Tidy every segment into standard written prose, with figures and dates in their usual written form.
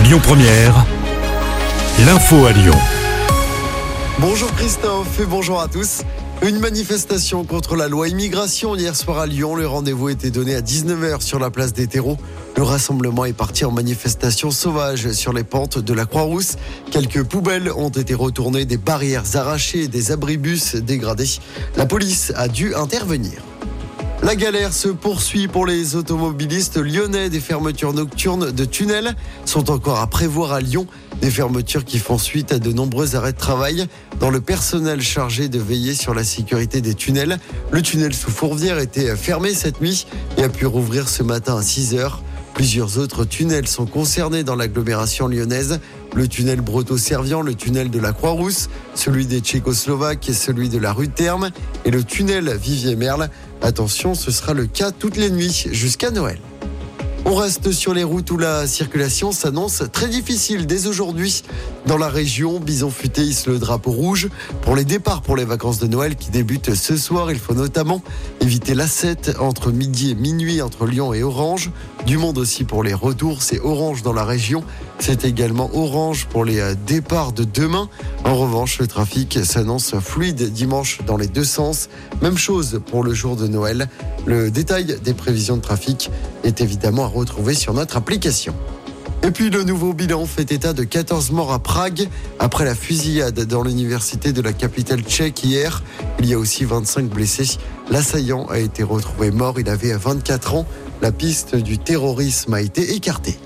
Lyon Première, l'info à Lyon. Bonjour Christophe et bonjour à tous. Une manifestation contre la loi immigration hier soir à Lyon. Le rendez-vous était donné à 19h sur la place des terreaux. Le rassemblement est parti en manifestation sauvage sur les pentes de la Croix-Rousse. Quelques poubelles ont été retournées, des barrières arrachées et des abribus dégradés. La police a dû intervenir. La galère se poursuit pour les automobilistes lyonnais. Des fermetures nocturnes de tunnels sont encore à prévoir à Lyon. Des fermetures qui font suite à de nombreux arrêts de travail dans le personnel chargé de veiller sur la sécurité des tunnels. Le tunnel sous Fourvière était fermé cette nuit et a pu rouvrir ce matin à 6h. Plusieurs autres tunnels sont concernés dans l'agglomération lyonnaise. Le tunnel Breteau-Servian, le tunnel de la Croix-Rousse, celui des Tchécoslovaques et celui de la rue Terme et le tunnel Vivier-Merle. Attention, ce sera le cas toutes les nuits jusqu'à Noël. On reste sur les routes où la circulation s'annonce très difficile dès aujourd'hui. Dans la région, Bison Futé hisse le drapeau rouge pour les départs pour les vacances de Noël qui débutent ce soir. Il faut notamment éviter l'A7 entre midi et minuit entre Lyon et Orange. Du monde aussi pour les retours, c'est orange dans la région. C'est également orange pour les départs de demain. En revanche, le trafic s'annonce fluide dimanche dans les deux sens. Même chose pour le jour de Noël. Le détail des prévisions de trafic est évidemment à retrouver sur notre application. Et puis le nouveau bilan fait état de 14 morts à Prague après la fusillade dans l'université de la capitale tchèque hier. Il y a aussi 25 blessés. L'assaillant a été retrouvé mort, il avait 24 ans. La piste du terrorisme a été écartée.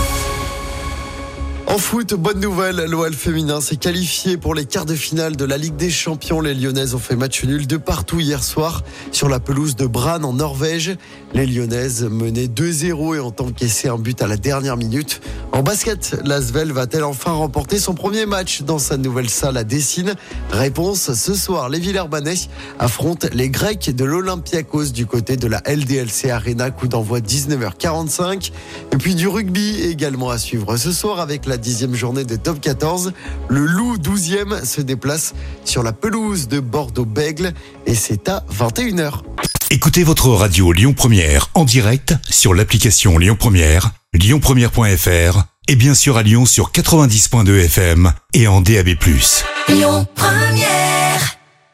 En foot, bonne nouvelle, l'OL féminin s'est qualifié pour les quarts de finale de la Ligue des Champions. Les Lyonnaises ont fait match nul de partout hier soir sur la pelouse de Brann en Norvège. Les Lyonnaises menaient 2-0 et ont encaissé un but à la dernière minute. En basket, l'Asvel va-t-elle enfin remporter son premier match dans sa nouvelle salle à Dessines? Réponse ce soir, les Villeurbanais affrontent les Grecs de l'Olympiakos du côté de la LDLC Arena, coup d'envoi 19h45. Et puis du rugby également à suivre ce soir avec la 10e journée de Top 14. Le Loup 12e se déplace sur la pelouse de Bordeaux-Bègles et c'est à 21h. Écoutez votre radio Lyon Première en direct sur l'application Lyon Première, lyonpremière.fr et bien sûr à Lyon sur 90.2 FM et en DAB+. Lyon Première.